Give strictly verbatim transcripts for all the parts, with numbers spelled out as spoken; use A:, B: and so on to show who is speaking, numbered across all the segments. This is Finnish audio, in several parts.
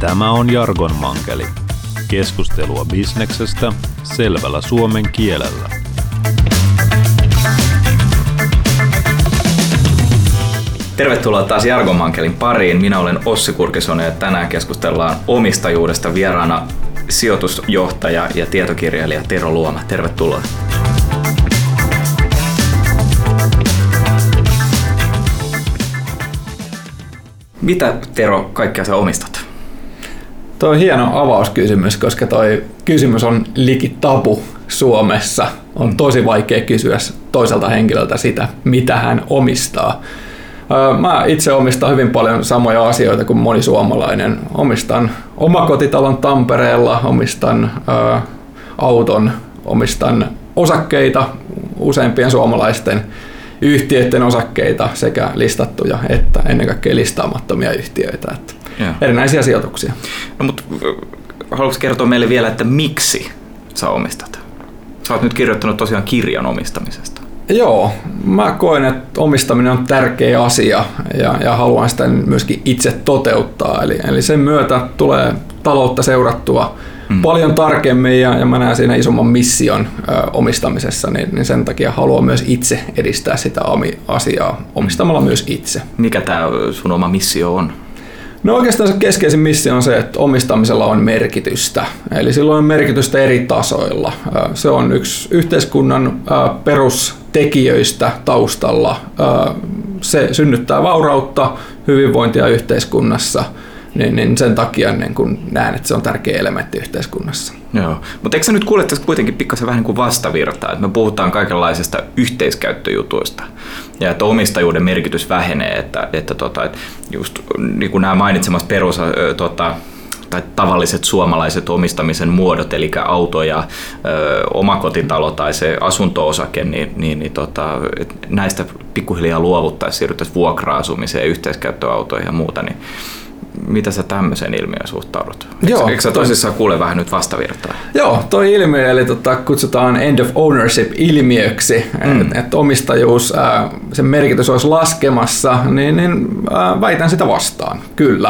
A: Tämä on Jargon Mankeli. Keskustelua bisneksestä selvällä suomen kielellä.
B: Tervetuloa taas Jargon Mankelin pariin. Minä olen Ossi Kurkisonen ja tänään keskustellaan omistajuudesta, vieraana sijoitusjohtaja ja tietokirjailija Tero Luoma. Tervetuloa. Mitä, Tero, kaikkea sä omistat?
C: Tuo on hieno avauskysymys, koska toi kysymys on liki tabu Suomessa. On tosi vaikea kysyä toiselta henkilöltä sitä, mitä hän omistaa. Mä itse omistan hyvin paljon samoja asioita kuin moni suomalainen. Omistan omakotitalon Tampereella, omistan ä, auton, omistan osakkeita, useimpien suomalaisten yhtiöiden osakkeita, sekä listattuja että ennen kaikkea listaamattomia yhtiöitä. Että erinäisiä sijoituksia.
B: No, mutta haluatko kertoa meille vielä, että miksi sä omistat? Sä oot nyt kirjoittanut tosiaan kirjan omistamisesta.
C: Joo, mä koen, että omistaminen on tärkeä asia ja, ja haluan sitä myöskin itse toteuttaa. Eli, eli sen myötä tulee taloutta seurattua mm. paljon tarkemmin ja, ja mä näen siinä isomman mission ö, omistamisessa, niin, niin sen takia haluan myös itse edistää sitä omi, asiaa omistamalla myös itse.
B: Mikä tää sun oma missio on?
C: No oikeastaan se keskeisin missio on se, että omistamisella on merkitystä. Eli sillä on merkitystä eri tasoilla. Se on yksi yhteiskunnan perustekijöistä taustalla. Se synnyttää vaurautta, hyvinvointia yhteiskunnassa. Niin sen takia niin kun näen, että se on tärkeä elementti yhteiskunnassa.
B: Joo, mutta eikö sä nyt kuule tästä kuitenkin pikkasen vähän niin kuin vastavirtaa, että me puhutaan kaikenlaisista yhteiskäyttöjutuista ja että omistajuuden merkitys vähenee, että, että, tota, että just niin kuin nämä mainitsemat perus, tota, tai tavalliset suomalaiset omistamisen muodot, eli auto ja ö, omakotitalo tai se asunto-osake, niin, niin, niin tota, näistä pikkuhiljaa luovuttaisiin, siirryttäisiin vuokra-asumiseen, yhteiskäyttöautoihin ja muuta, niin mitä sä tämmöiseen ilmiöön suhtaudut? Joo, eikö sä tosissaan kuule vähän nyt vastavirtaa?
C: Joo, toi ilmiö eli tota, kutsutaan end of ownership-ilmiöksi, mm. että et omistajuus, ää, sen merkitys olisi laskemassa, niin, niin ää, väitän sitä vastaan, kyllä.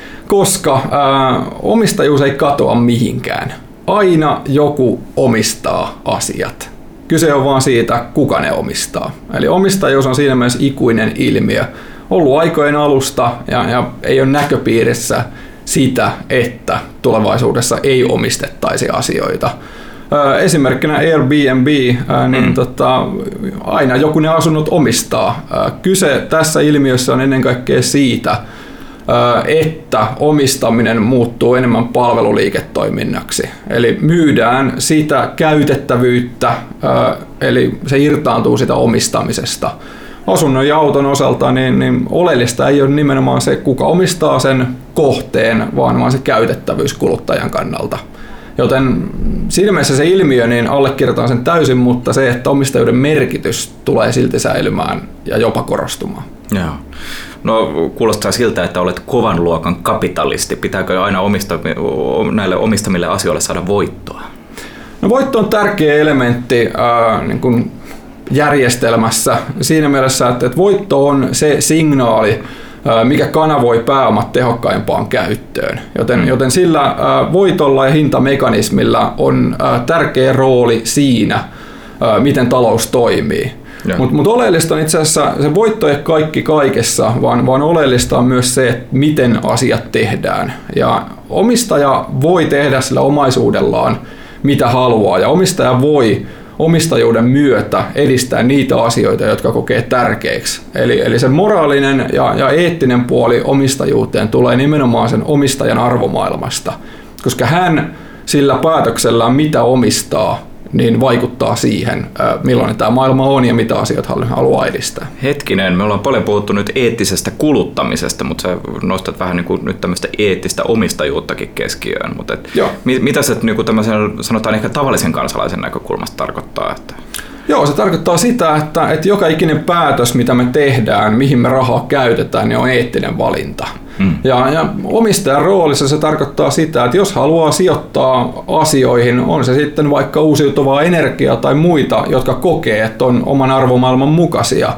C: Koska ää, omistajuus ei katoa mihinkään. Aina joku omistaa asiat. Kyse on vaan siitä, kuka ne omistaa. Eli omistajuus on siinä mielessä ikuinen ilmiö. Ollut aikojen alusta ja, ja ei ole näköpiirissä sitä, että tulevaisuudessa ei omistettaisi asioita. Ö, esimerkkinä Airbnb, ö, niin mm. tota, aina joku ne asunnot omistaa. Ö, kyse tässä ilmiössä on ennen kaikkea siitä, ö, että omistaminen muuttuu enemmän palveluliiketoiminnaksi. Eli myydään sitä käytettävyyttä, ö, eli se irtaantuu sitä omistamisesta. Asunnon ja auton osalta niin, niin oleellista ei ole nimenomaan se, kuka omistaa sen kohteen, vaan, vaan se käytettävyys kuluttajan kannalta. Joten siinä mielessä se ilmiö, niin allekirjoitan sen täysin, mutta se, että omistajuuden merkitys tulee silti säilymään ja jopa korostumaan.
B: Joo. No kuulostaa siltä, että olet kovan luokan kapitalisti. Pitääkö aina omista, näille omistamille asioille saada voittoa?
C: No voitto on tärkeä elementti äh, niin kuin järjestelmässä siinä mielessä, että voitto on se signaali, mikä kanavoi pääomat tehokkaimpaan käyttöön. Joten, mm. joten sillä voitolla ja hintamekanismilla on tärkeä rooli siinä, miten talous toimii. Mutta mut oleellista on itse asiassa se voitto ei kaikki kaikessa, vaan, vaan oleellista on myös se, että miten asiat tehdään. Ja omistaja voi tehdä sillä omaisuudellaan mitä haluaa, ja omistaja voi omistajuuden myötä edistää niitä asioita, jotka kokee tärkeiksi. Eli, eli se moraalinen ja, ja eettinen puoli omistajuuteen tulee nimenomaan sen omistajan arvomaailmasta, koska hän sillä päätöksellään, mitä omistaa, niin vaikuttaa siihen, millainen tämä maailma on ja mitä asioita haluaa edistää.
B: Hetkinen, me ollaan paljon puhuttu nyt eettisestä kuluttamisesta, mutta sä nostat vähän niin kuin nyt tämmöistä eettistä omistajuuttakin keskiöön. Mutta et, mit, mitä se niin kuin tämmöisen, sanotaan ehkä tavallisen kansalaisen näkökulmasta tarkoittaa? Että...
C: Joo, se tarkoittaa sitä, että, että joka ikinen päätös, mitä me tehdään, mihin me rahaa käytetään, niin on eettinen valinta. Mm. Ja, ja omistajan roolissa se tarkoittaa sitä, että jos haluaa sijoittaa asioihin, on se sitten vaikka uusiutuvaa energiaa tai muita, jotka kokee, että on oman arvomaailman mukaisia,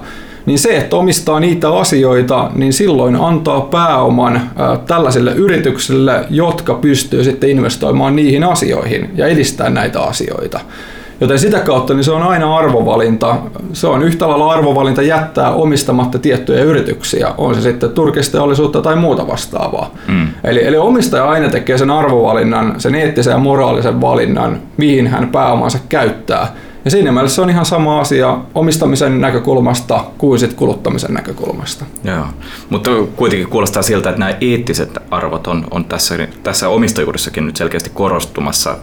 C: niin se, että omistaa niitä asioita, niin silloin antaa pääoman ää, tällaisille yrityksille, jotka pystyy sitten investoimaan niihin asioihin ja edistää näitä asioita. Joten sitä kautta niin se on aina arvovalinta. Se on yhtä lailla arvovalinta jättää omistamatta tiettyjä yrityksiä, on se sitten turkisteollisuutta tai muuta vastaavaa. Mm. Eli, eli omistaja aina tekee sen arvovalinnan, sen eettisen ja moraalisen valinnan, mihin hän pääomansa käyttää. Ja siinä mielessä se on ihan sama asia omistamisen näkökulmasta kuin sit kuluttamisen näkökulmasta.
B: Joo, mutta kuitenkin kuulostaa siltä, että nämä eettiset arvot on, on tässä, tässä omistajuudessakin nyt selkeästi korostumassa.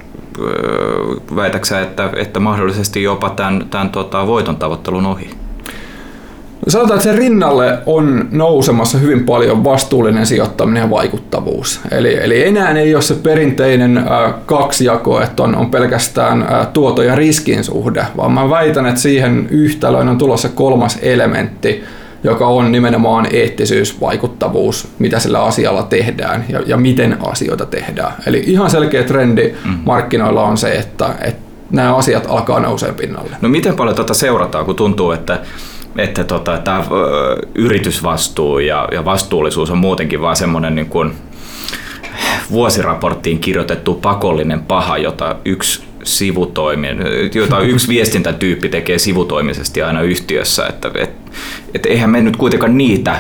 B: Väitäksä, että, että mahdollisesti jopa tämän, tämän tuota, voiton tavoittelun ohi?
C: Sanotaan, että sen rinnalle on nousemassa hyvin paljon vastuullinen sijoittaminen ja vaikuttavuus. Eli, eli enää ei ole se perinteinen äh, kaksijako, että on, on pelkästään äh, tuoton ja riskin suhde, vaan mä väitän, että siihen yhtälöön on tulossa kolmas elementti, joka on nimenomaan eettisyys, vaikuttavuus, mitä sillä asialla tehdään ja, ja miten asioita tehdään. Eli ihan selkeä trendi mm. markkinoilla on se, että, että nämä asiat alkaa nousee pinnalle.
B: No miten paljon tuota seurataan, kun tuntuu, että että tota, tämä yritysvastuu ja, ja vastuullisuus on muutenkin vaan semmoinen niin kuin vuosiraporttiin kirjoitettu pakollinen paha, jota yksi sivutoimi, jota yksi viestintätyyppi tekee sivutoimisesti aina yhtiössä, että et, et eihän me nyt kuitenkaan niitä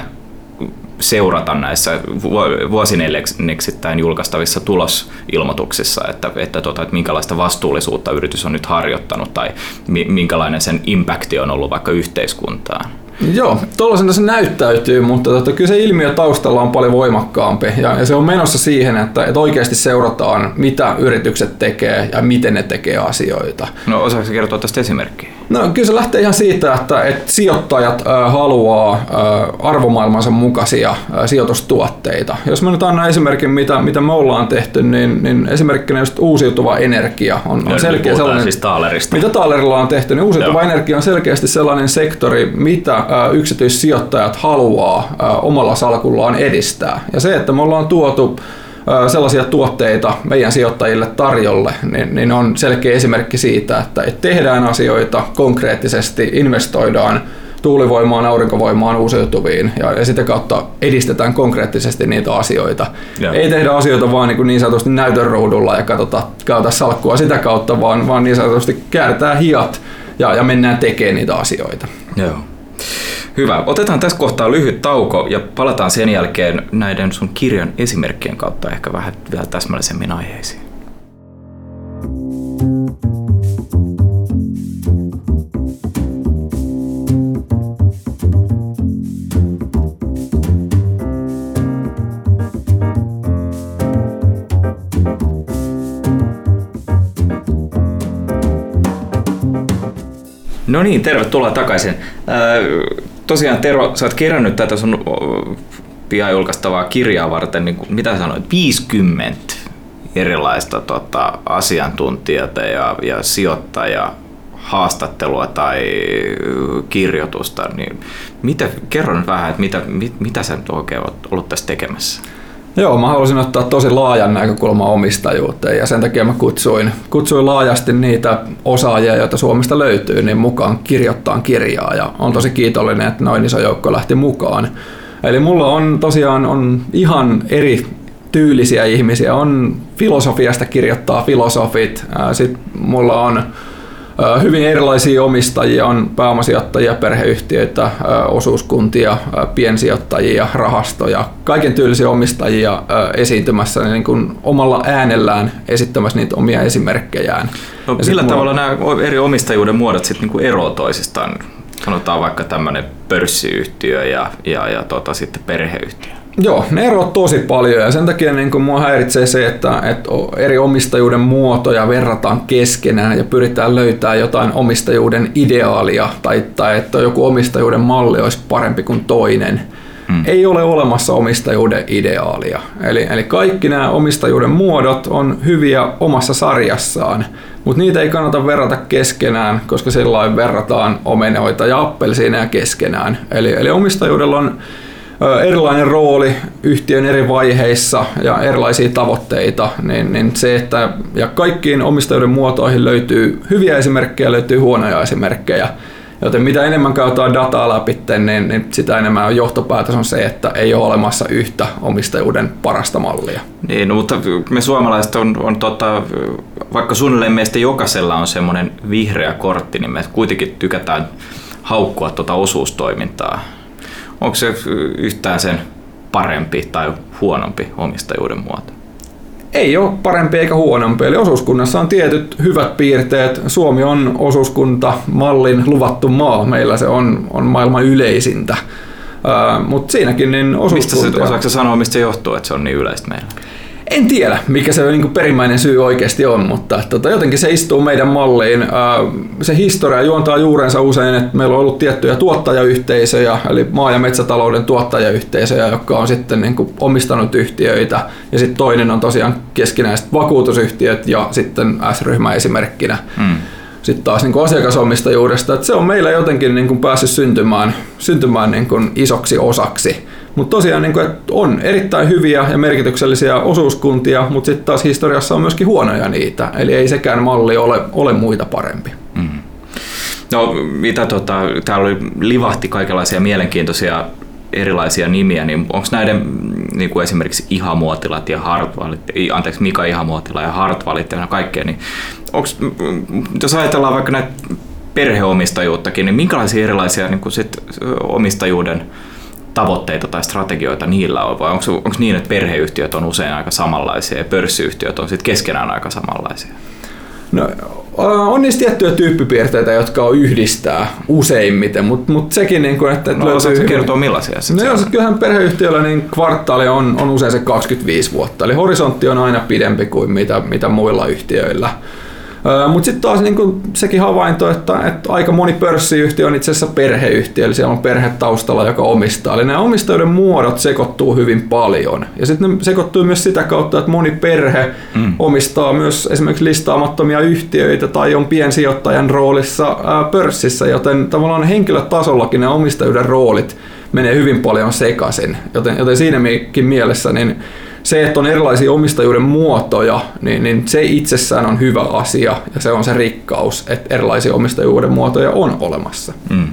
B: seurata näissä vuosineljänneksittäin julkaistavissa tulosilmoituksissa, että, että, tota, että minkälaista vastuullisuutta yritys on nyt harjoittanut tai minkälainen sen impakti on ollut vaikka yhteiskuntaan.
C: Joo, tuollaisena se näyttäytyy, mutta tota, kyllä se ilmiö taustalla on paljon voimakkaampi ja, ja se on menossa siihen, että, että oikeasti seurataan, mitä yritykset tekee ja miten ne tekee asioita.
B: No osaatko kertoa tästä esimerkkiä?
C: No kyllä se lähtee ihan siitä, että, että sijoittajat äh, haluaa äh, arvomaailmansa mukaisia äh, sijoitustuotteita. Jos mä nyt annan esimerkin, mitä, mitä me ollaan tehty, niin, niin esimerkkinä just uusiutuva energia on, on selkeä sellainen,
B: siis Taalerista.
C: mitä Taalerilla on tehty, niin uusiutuva Joo. energia on selkeästi sellainen sektori, mitä äh, yksityissijoittajat haluaa äh, omalla salkullaan edistää. Ja se, että me ollaan tuotu sellaisia tuotteita meidän sijoittajille tarjolle, niin, niin on selkeä esimerkki siitä, että tehdään asioita konkreettisesti, investoidaan tuulivoimaan, aurinkovoimaan, uusiutuviin ja, ja sitä kautta edistetään konkreettisesti niitä asioita. Ja. Ei tehdä asioita vaan niin, niin sanotusti näytön ruudulla ja katsota, katsota salkkua sitä kautta, vaan, vaan niin sanotusti kääritään hiat ja, ja mennään tekemään niitä asioita.
B: Joo. Hyvä. Otetaan tässä kohtaa lyhyt tauko ja palataan sen jälkeen näiden sun kirjan esimerkkien kautta ehkä vähän vielä täsmällisemmin aiheisiin. No niin, tervetuloa takaisin. Tosiaan Tero, sä oot kerännyt tätä sun pian julkaistavaa kirjaa varten, niin mitä sanoit, viisikymmentä erilaista tota, asiantuntijoita ja, ja sijoittajaa haastattelua tai kirjoitusta, niin mitä, kerro nyt vähän, että mitä, mit, mitä sä nyt oikein oot ollut tässä tekemässä?
C: Joo, mä halusin ottaa tosi laajan näkökulman omistajuuteen ja sen takia mä kutsuin, kutsuin laajasti niitä osaajia, joita Suomesta löytyy, niin mukaan kirjoittaa kirjaa ja on tosi kiitollinen, että noin iso joukko lähti mukaan. Eli mulla on tosiaan on ihan eri tyylisiä ihmisiä, on filosofiasta kirjoittaa filosofit, sitten mulla on hyvin erilaisia omistajia, on pääomasijoittajia, perheyhtiöitä, osuuskuntia, piensijoittajia, rahastoja, kaiken tyylisiä omistajia esiintymässä niin kuin omalla äänellään esittämässä niitä omia esimerkkejään.
B: No, millä tavalla mulla... nämä eri omistajuuden muodot sitten niin eroavat toisistaan? Sanotaan vaikka tämmöinen pörssiyhtiö ja, ja, ja tota, sitten perheyhtiö.
C: Joo, ne eroavat tosi paljon ja sen takia niin mua häiritsee se, että, että eri omistajuuden muotoja verrataan keskenään ja pyritään löytämään jotain omistajuuden ideaalia tai, tai että joku omistajuuden malli olisi parempi kuin toinen. Hmm. Ei ole olemassa omistajuuden ideaalia. Eli, eli kaikki nämä omistajuuden muodot on hyviä omassa sarjassaan, mutta niitä ei kannata verrata keskenään, koska silloin verrataan omenoita ja appelsiineja keskenään. Eli, eli omistajuudella on erilainen rooli yhtiön eri vaiheissa ja erilaisia tavoitteita, niin, niin se, että ja kaikkiin omistajuuden muotoihin löytyy hyviä esimerkkejä, löytyy huonoja esimerkkejä. Joten mitä enemmän käytetään dataa läpi, niin, niin sitä enemmän on johtopäätös on se, että ei ole olemassa yhtä omistajuuden parasta mallia.
B: Niin, no, mutta me suomalaiset on, on tota, vaikka suunnilleen meistä jokaisella on semmoinen vihreä kortti, niin me kuitenkin tykätään haukkua tuota osuustoimintaa. Onko se yhtään sen parempi tai huonompi omistajuuden muoto?
C: Ei ole parempi eikä huonompi. Eli osuuskunnassa on tietyt hyvät piirteet. Suomi on osuuskunta mallin luvattu maa. Meillä se on, on maailman yleisintä. Uh, mutta siinäkin niin osuuskuntia...
B: Mistä se, osaatko sanoa, mistä se johtuu, että se on niin yleistä meillä?
C: En tiedä, mikä se niin kuin perimmäinen syy oikeasti on, mutta tota, jotenkin se istuu meidän malliin. Se historia juontaa juurensa usein, että meillä on ollut tiettyjä tuottajayhteisöjä, eli maa- ja metsätalouden tuottajayhteisöjä, jotka on sitten niin kuin omistanut yhtiöitä, ja sitten toinen on tosiaan keskinäiset vakuutusyhtiöt ja sitten S-ryhmä esimerkkinä. Hmm. Sitten taas niin kuin asiakasomistajuudesta, että se on meillä jotenkin niin kuin päässyt syntymään, syntymään niin kuin isoksi osaksi. Mutta tosiaan niin kuin, että on erittäin hyviä ja merkityksellisiä osuuskuntia, mutta sitten taas historiassa on myöskin huonoja niitä, eli ei sekään malli ole, ole muita parempi.
B: Mm. No mitä tota, täällä oli, livahti kaikenlaisia mielenkiintoisia erilaisia nimiä, niin onko näiden niin kuin esimerkiksi Ihamuotilat ja Hartwallit, anteeksi Mika Ihamuotila ja Hartwallit ja kaikkea, niin onks, jos ajatellaan vaikka näitä perheomistajuuttakin, niin minkälaisia erilaisia niin kuin sit omistajuuden tavoitteita tai strategioita niillä on, vai onko, onko niin, että perheyhtiöt on usein aika samanlaisia ja pörssiyhtiöt on sitten keskenään aika samanlaisia?
C: No, on niistä tiettyjä tyyppipiirteitä, jotka on yhdistää useimmiten, mutta mut sekin, niin kuin, että...
B: No, osaatko kertoa millaisia?
C: No joo, kyllähän perheyhtiöllä niin kvartaali on, on usein se kaksikymmentäviisi vuotta, eli horisontti on aina pidempi kuin mitä, mitä muilla yhtiöillä. Mutta sitten taas niin sekin havainto, että, että aika moni pörssiyhtiö on itse asiassa perheyhtiö, eli siellä on perhe taustalla, joka omistaa. Eli nämä omistajuuden muodot sekoittuu hyvin paljon. Ja sitten ne sekoittuu myös sitä kautta, että moni perhe mm. omistaa myös esimerkiksi listaamattomia yhtiöitä tai on piensijoittajan roolissa ää, pörssissä, joten tavallaan henkilötasollakin nämä omistajuuden roolit menee hyvin paljon sekaisin. Joten, joten siinäkin mielessä niin se, että on erilaisia omistajuuden muotoja, niin, niin se itsessään on hyvä asia ja se on se rikkaus, että erilaisia omistajuuden muotoja on olemassa. Mm.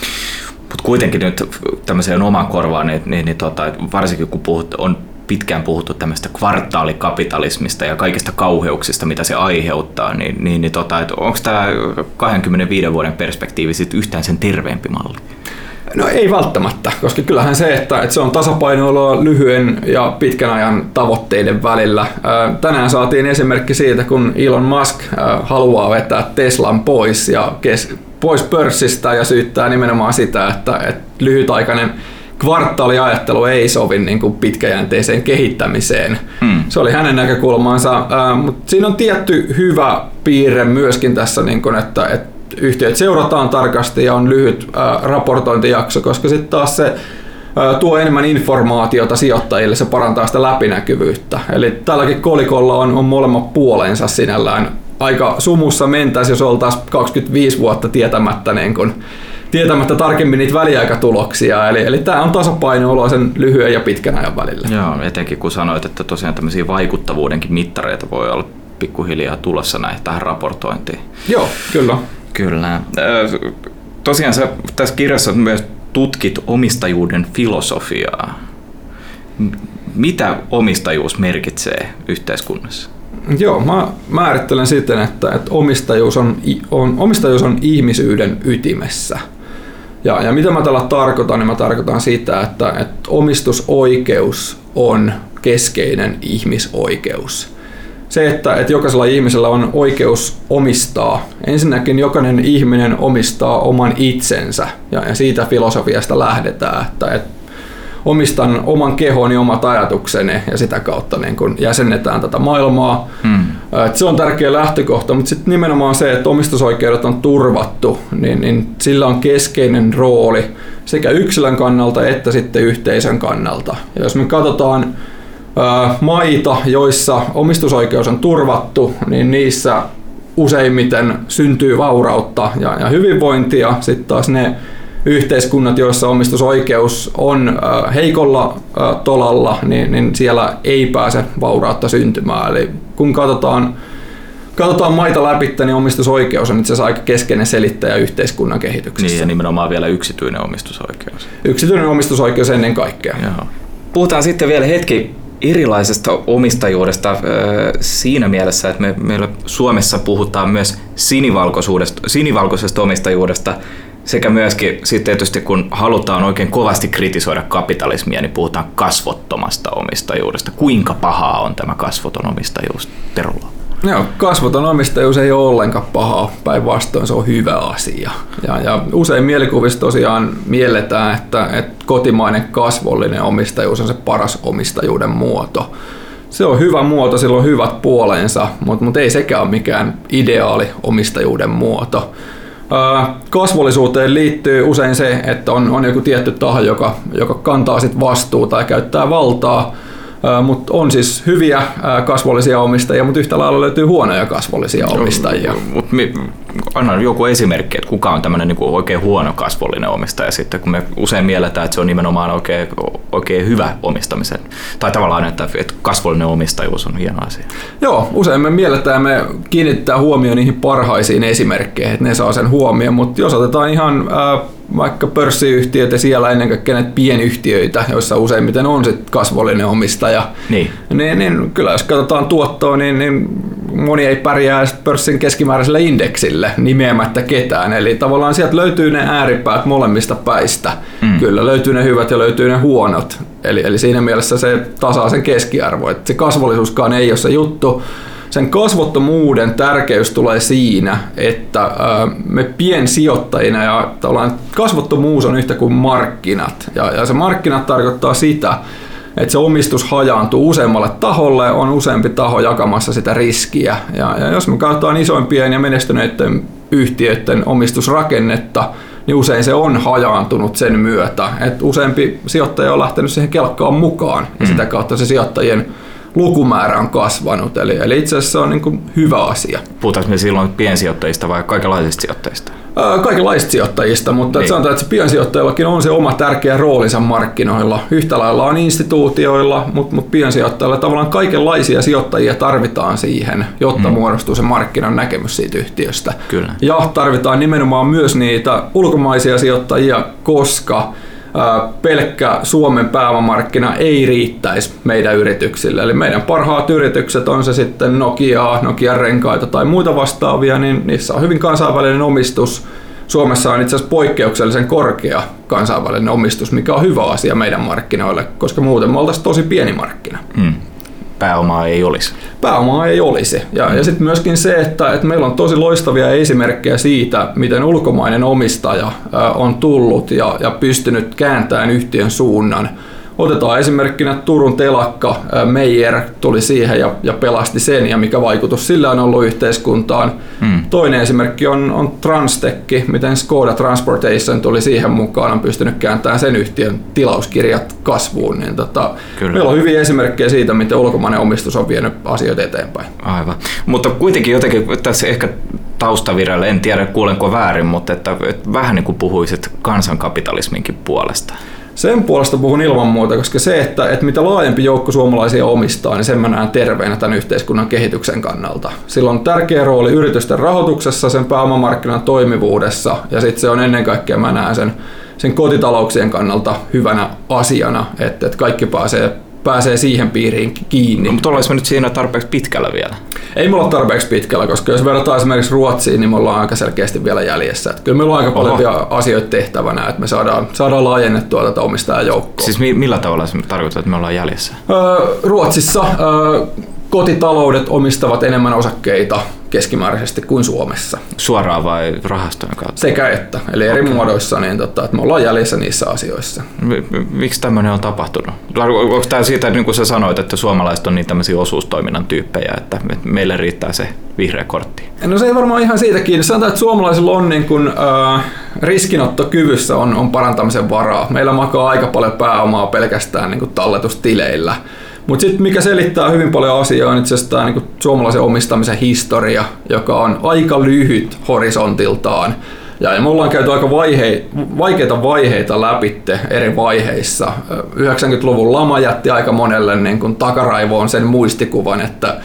B: Mutta kuitenkin nyt tämmöiseen omaan korvaan, niin, niin, niin tota, varsinkin kun puhut, on pitkään puhuttu tämmöistä kvartaalikapitalismista ja kaikista kauheuksista, mitä se aiheuttaa, niin, niin, niin tota, onko tämä kaksikymmentäviiden vuoden perspektiivi sit yhtään sen terveempi malli?
C: No ei välttämättä, koska kyllähän se, että, että se on tasapainoilua lyhyen ja pitkän ajan tavoitteiden välillä. Tänään saatiin esimerkki siitä, kun Elon Musk haluaa vetää Teslan pois ja kes, pois pörssistä ja syyttää nimenomaan sitä, että, että lyhytaikainen kvartaaliajattelu ei sovi niin kuin pitkäjänteiseen kehittämiseen. Hmm. Se oli hänen näkökulmansa, mutta siinä on tietty hyvä piirre myöskin tässä, niin kuin, että, että yhtiöt seurataan tarkasti ja on lyhyt ää, raportointijakso, koska sitten taas se ää, tuo enemmän informaatiota sijoittajille, se parantaa sitä läpinäkyvyyttä. Eli tälläkin kolikolla on, on molemmat puolensa sinällään. Aika sumussa mentäisi, jos oltaisiin kaksikymmentäviisi vuotta tietämättä, niin kun, tietämättä tarkemmin niitä väliaikatuloksia. Eli, eli tämä on tasapainoilua sen lyhyen ja pitkän ajan välillä.
B: Joo, etenkin kun sanoit, että tosiaan tämmöisiä vaikuttavuudenkin mittareita voi olla pikkuhiljaa tulossa näihin tähän raportointiin.
C: Joo, kyllä.
B: Kyllä. Tosiaan sä tässä kirjassa myös tutkit omistajuuden filosofiaa. Mitä omistajuus merkitsee yhteiskunnassa?
C: Joo, mä määrittelen siten, että, että omistajuus, on, on, omistajuus on ihmisyyden ytimessä. Ja, ja mitä mä tällä tarkoitan, niin mä tarkoitan sitä, että, että omistusoikeus on keskeinen ihmisoikeus. Se, että, että jokaisella ihmisellä on oikeus omistaa. Ensinnäkin jokainen ihminen omistaa oman itsensä ja, ja siitä filosofiasta lähdetään, että, että omistan oman kehoni, omat ajatukseni ja sitä kautta niin kun jäsennetään tätä maailmaa. Hmm. Että se on tärkeä lähtökohta, mutta sitten nimenomaan se, että omistusoikeudet on turvattu, niin, niin sillä on keskeinen rooli sekä yksilön kannalta että sitten yhteisön kannalta. Ja jos me katsotaan maita, joissa omistusoikeus on turvattu, niin niissä useimmiten syntyy vaurautta ja, ja hyvinvointia. Sitten taas ne yhteiskunnat, joissa omistusoikeus on heikolla tolalla, niin, niin siellä ei pääse vaurautta syntymään. Eli kun katsotaan katsotaan maita läpi, niin omistusoikeus on itse asiassa aika keskeinen selittäjä yhteiskunnan kehityksessä.
B: Niin, ja nimenomaan vielä yksityinen omistusoikeus.
C: Yksityinen omistusoikeus ennen kaikkea.
B: Joo. Puhutaan sitten vielä hetki erilaisesta omistajuudesta siinä mielessä, että me, meillä Suomessa puhutaan myös sinivalkoisuudesta, sinivalkoisesta omistajuudesta sekä myöskin sitten tietysti kun halutaan oikein kovasti kritisoida kapitalismia, niin puhutaan kasvottomasta omistajuudesta. Kuinka pahaa on tämä kasvoton omistajuus, Terolla?
C: Joo, kasvoton omistajuus ei ole ollenkaan pahaa, päinvastoin se on hyvä asia. Ja, ja usein mielikuvissa tosiaan mielletään, että, että kotimainen kasvollinen omistajuus on se paras omistajuuden muoto. Se on hyvä muoto, sillä on hyvät puolensa, mutta, mutta ei sekään ole mikään ideaali omistajuuden muoto. Kasvollisuuteen liittyy usein se, että on, on joku tietty taho, joka, joka kantaa sit vastuuta ja käyttää valtaa. Mutta on siis hyviä kasvollisia omistajia, mutta yhtä lailla löytyy huonoja kasvollisia omistajia.
B: Mut mi, anna joku esimerkki, että kuka on tämmöinen niinku oikein huono kasvollinen omistaja sitten, kun me usein mielletään, että se on nimenomaan oikein, oikein hyvä omistamisen. Tai tavallaan, että, että kasvollinen omistajuus on hieno asia.
C: Joo, usein me mielletään, me kiinnitetään huomioon niihin parhaisiin esimerkkeihin, että ne saa sen huomioon, mutta jos otetaan ihan äh, vaikka pörssiyhtiöt ja siellä ennen kaikkea näitä pienyhtiöitä, joissa useimmiten on sit kasvollinen omistaja,
B: niin.
C: Niin, niin kyllä jos katsotaan tuottoa, niin, niin moni ei pärjää pörssin keskimääräisellä indeksille nimeämättä ketään. Eli tavallaan sieltä löytyy ne ääripäät molemmista päistä. Mm. Kyllä löytyy ne hyvät ja löytyy ne huonot. Eli, eli siinä mielessä se tasaa sen keskiarvo. Et se kasvollisuuskaan ei ole se juttu. Sen kasvottomuuden tärkeys tulee siinä, että me piensijoittajina ja kasvottomuus on yhtä kuin markkinat. Ja, ja se markkinat tarkoittaa sitä, että se omistus hajaantuu useammalle taholle, on useampi taho jakamassa sitä riskiä. Ja, ja jos me katsotaan isoimpien ja menestyneiden yhtiöiden omistusrakennetta, niin usein se on hajaantunut sen myötä, että useampi sijoittaja on lähtenyt siihen kelkkaan mukaan ja sitä kautta se sijoittajien lukumäärä on kasvanut, eli, eli itse asiassa se on niin kuin hyvä asia.
B: Puhutaanko me silloin piensijoittajista vai kaikenlaisista sijoittajista?
C: Ää, kaikenlaisista sijoittajista, mutta niin. Sanotaan, että se piensijoittajillakin on se oma tärkeä roolinsa markkinoilla. Yhtä lailla on instituutioilla, mutta, mutta piensijoittajilla tavallaan kaikenlaisia sijoittajia tarvitaan siihen, jotta mm. muodostuu se markkinan näkemys siitä yhtiöstä.
B: Kyllä.
C: Ja tarvitaan nimenomaan myös niitä ulkomaisia sijoittajia, koska pelkkä Suomen pääomamarkkina ei riittäisi meidän yrityksille. Eli meidän parhaat yritykset, on se sitten Nokiaa, Nokian renkaita tai muita vastaavia, niin niissä on hyvin kansainvälinen omistus. Suomessa on itse asiassa poikkeuksellisen korkea kansainvälinen omistus, mikä on hyvä asia meidän markkinoille, koska muuten me oltaisiin tosi pieni markkina.
B: Hmm. Pääomaa ei olisi.
C: Pääomaa ei olisi. Ja, mm. ja sitten myöskin se, että, että meillä on tosi loistavia esimerkkejä siitä, miten ulkomainen omistaja on tullut ja, ja pystynyt kääntämään yhtiön suunnan. Otetaan esimerkkinä Turun telakka, Meijer tuli siihen ja, ja pelasti sen, ja mikä vaikutus sillä on ollut yhteiskuntaan. Mm. Toinen esimerkki on, on Transtech, miten Skoda Transportation tuli siihen mukaan, on pystynyt kääntämään sen yhtiön tilauskirjat kasvuun. Niin tota, meillä on hyviä esimerkkejä siitä, miten ulkomainen omistus on vienyt asioita eteenpäin.
B: Aivan. Mutta kuitenkin jotenkin tässä ehkä taustavirralla, en tiedä kuulenko väärin, mutta että, että vähän niin kuin puhuisit kansankapitalisminkin puolesta.
C: Sen puolesta puhun ilman muuta, koska se, että, että mitä laajempi joukko suomalaisia omistaa, niin sen mä näen terveenä tämän yhteiskunnan kehityksen kannalta. Sillä on tärkeä rooli yritysten rahoituksessa, sen pääomamarkkinan toimivuudessa, ja sitten se on ennen kaikkea, mä näen sen, sen kotitalouksien kannalta hyvänä asiana, että, että kaikki pääsee, pääsee siihen piiriin kiinni.
B: No, mutta ollaanko nyt siinä tarpeeksi pitkällä vielä?
C: Ei me olla tarpeeksi pitkällä, koska jos verrataan esimerkiksi Ruotsiin, niin me ollaan aika selkeästi vielä jäljessä. Että kyllä meillä on aika paljon vielä asioita tehtävänä, että me saadaan, saadaan laajennettua tätä omistajajoukkoa.
B: Siis mi- millä tavalla se tarkoittaa, että me ollaan jäljessä?
C: Öö, Ruotsissa öö, kotitaloudet omistavat enemmän osakkeita keskimääräisesti kuin Suomessa.
B: Suoraan vai rahastojen kautta?
C: Sekä että, eli eri okay. muodoissa, niin tota, että me ollaan jäljessä niissä asioissa.
B: Miksi tämmöinen on tapahtunut? Onko tämä siitä, niin kuin sä sanoit, että suomalaiset on niin tämmöisiä osuustoiminnan tyyppejä, että meille riittää se vihreä kortti?
C: No se ei varmaan ihan siitä kiinni. Sanotaan, että suomalaisilla on niin kuin, äh, riskinottokyvyssä on, on parantamisen varaa. Meillä makaa aika paljon pääomaa pelkästään niin kuin talletustileillä. Mutta sitten mikä selittää hyvin paljon asiaa on itse asiassa tämä niinku suomalaisen omistamisen historia, joka on aika lyhyt horisontiltaan. Ja me ollaan käyty aika vaihe, vaikeita vaiheita läpitte eri vaiheissa. yhdeksänkymmentäluvun lama jätti aika monelle niin kun takaraivoon sen muistikuvan, että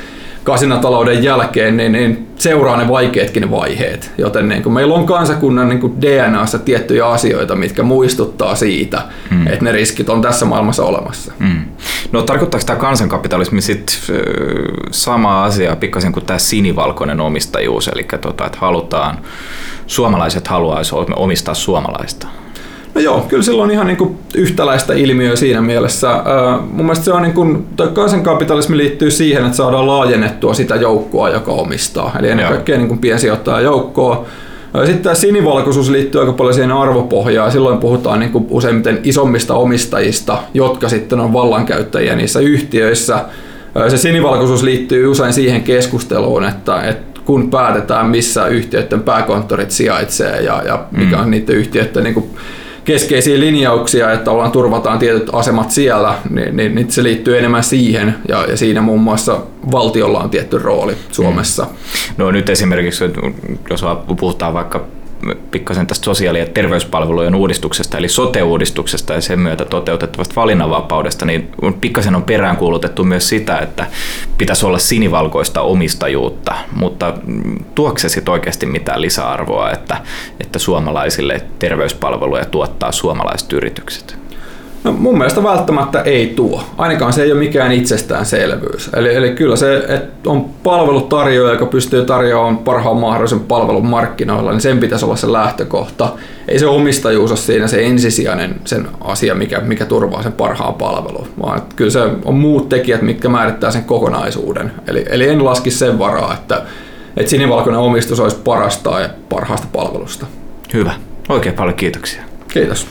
C: kasinatalouden jälkeen, niin, niin seuraa ne vaikeatkin vaiheet. Joten niin kuin meillä on kansakunnan niin kuin D N A:ssa tiettyjä asioita, mitkä muistuttaa siitä, mm. että ne riskit on tässä maailmassa olemassa. Mm.
B: No tarkoittaako tämä kansankapitalismi sit äh, samaa asiaa pikkasen kuin tämä sinivalkoinen omistajuus, eli tota, että halutaan, suomalaiset haluaisivat omistaa suomalaista?
C: No joo, kyllä sillä on ihan niin kuin yhtäläistä ilmiöä siinä mielessä. Mun mielestä se on niin kuin, toi kansankapitalismi liittyy siihen, että saadaan laajennettua sitä joukkoa, joka omistaa. Eli ennen kaikkea niin kuin piensijoittajajoukkoa. Sitten tämä sinivalkoisuus liittyy aika paljon siihen arvopohjaan. Silloin puhutaan niin kuin useimmiten isommista omistajista, jotka sitten on vallankäyttäjiä niissä yhtiöissä. Se sinivalkoisuus liittyy usein siihen keskusteluun, että, että kun päätetään, missä yhtiöiden pääkonttorit sijaitsee ja, ja mikä on niiden yhtiöiden niin kuin keskeisiä linjauksia, että ollaan turvataan tietyt asemat siellä, niin, niin, niin se liittyy enemmän siihen, ja, ja siinä muun muassa valtiolla on tietty rooli Suomessa.
B: No nyt esimerkiksi, jos puhutaan vaikka pikkasen tästä sosiaali- ja terveyspalvelujen uudistuksesta, eli sote-uudistuksesta ja sen myötä toteutettavasta valinnanvapaudesta, niin pikkasen on peräänkuulutettu myös sitä, että pitäisi olla sinivalkoista omistajuutta, mutta tuoko se sitten oikeasti mitään lisäarvoa, että, että suomalaisille terveyspalveluja tuottaa suomalaiset yritykset?
C: No mun mielestä välttämättä ei tuo. Ainakaan se ei ole mikään itsestäänselvyys. Eli, eli kyllä se, että on palvelutarjoaja, joka pystyy tarjoamaan parhaan mahdollisen palvelun markkinoilla, niin sen pitäisi olla se lähtökohta. Ei se omistajuus ole siinä se ensisijainen sen asia, mikä, mikä turvaa sen parhaan palvelun, vaan että kyllä se on muut tekijät, mitkä määrittää sen kokonaisuuden. Eli, eli en laski sen varaa, että, että sinivalkoinen omistus olisi parasta ja parhaasta palvelusta.
B: Hyvä. Oikein paljon kiitoksia.
C: Kiitos.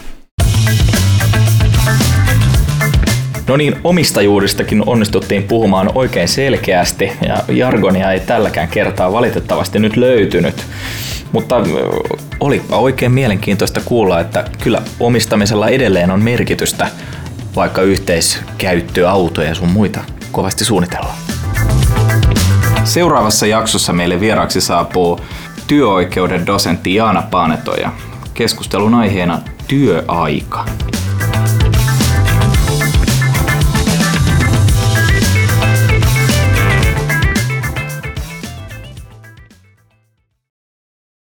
B: No niin, omistajuudestakin onnistuttiin puhumaan oikein selkeästi ja jargonia ei tälläkään kertaa valitettavasti nyt löytynyt. Mutta olipa oikein mielenkiintoista kuulla, että kyllä omistamisella edelleen on merkitystä, vaikka yhteiskäyttöautoja ja sun muita kovasti suunnitellaan. Seuraavassa jaksossa meille vieraaksi saapuu työoikeuden dosentti Jaana Paanetoja. Keskustelun aiheena työaika.